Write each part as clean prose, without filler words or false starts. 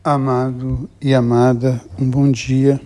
Amado e amada, um bom dia.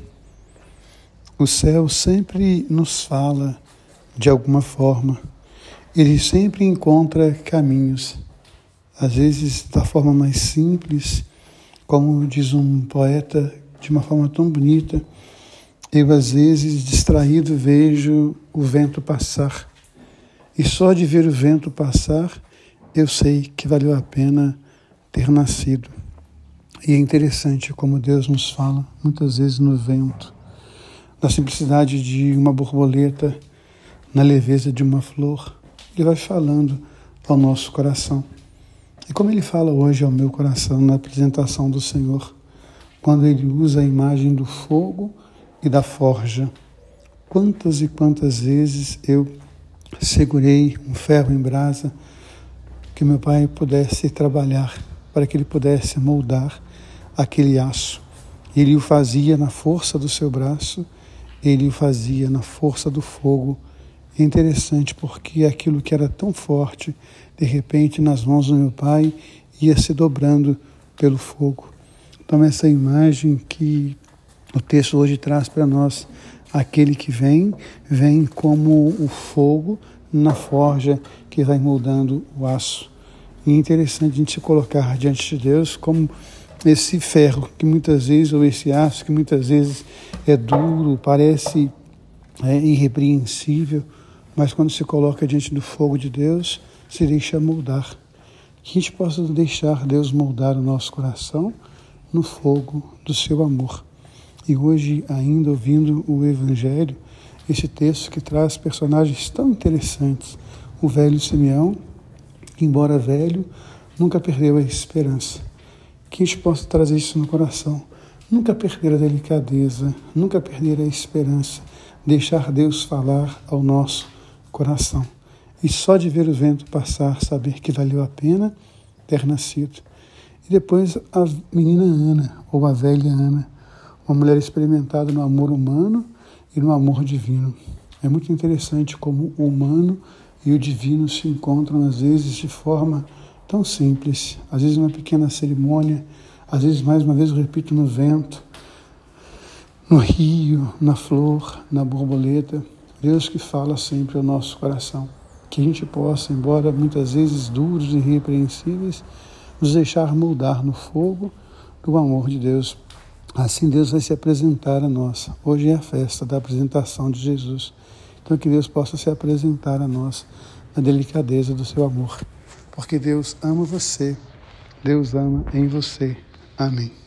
O céu sempre nos fala de alguma forma. Ele sempre encontra caminhos, às vezes da forma mais simples, como diz um poeta, de uma forma tão bonita. Eu, às vezes, distraído, vejo o vento passar. E só de ver o vento passar, eu sei que valeu a pena ter nascido. E é interessante como Deus nos fala, muitas vezes no vento, na simplicidade de uma borboleta, na leveza de uma flor. Ele vai falando ao nosso coração. E como Ele fala hoje ao meu coração na apresentação do Senhor, quando Ele usa a imagem do fogo e da forja. Quantas e quantas vezes eu segurei um ferro em brasa que meu pai pudesse trabalhar, para que ele pudesse moldar aquele aço. Ele o fazia na força do seu braço, ele o fazia na força do fogo. É interessante porque aquilo que era tão forte, de repente nas mãos do meu pai, ia se dobrando pelo fogo. Então essa imagem que o texto hoje traz para nós, aquele que vem como o fogo na forja que vai moldando o aço. E é interessante a gente se colocar diante de Deus como esse ferro que muitas vezes, ou esse aço que muitas vezes é duro, parece irrepreensível, mas quando se coloca diante do fogo de Deus, se deixa moldar. Que a gente possa deixar Deus moldar o nosso coração no fogo do seu amor. E hoje, ainda ouvindo o Evangelho, esse texto que traz personagens tão interessantes, o velho Simeão, que embora velho, nunca perdeu a esperança. Que a gente possa trazer isso no coração. Nunca perder a delicadeza, nunca perder a esperança, deixar Deus falar ao nosso coração. E só de ver o vento passar, saber que valeu a pena ter nascido. E depois a menina Ana, ou a velha Ana, uma mulher experimentada no amor humano e no amor divino. É muito interessante como o humano e o divino se encontram, às vezes, de forma tão simples, às vezes uma pequena cerimônia, às vezes, mais uma vez, eu repito, no vento, no rio, na flor, na borboleta. Deus que fala sempre ao nosso coração. Que a gente possa, embora muitas vezes duros e irrepreensíveis, nos deixar moldar no fogo do amor de Deus. Assim Deus vai se apresentar a nós. Hoje é a festa da apresentação de Jesus. Então que Deus possa se apresentar a nós na delicadeza do seu amor. Porque Deus ama você, Deus ama em você. Amém.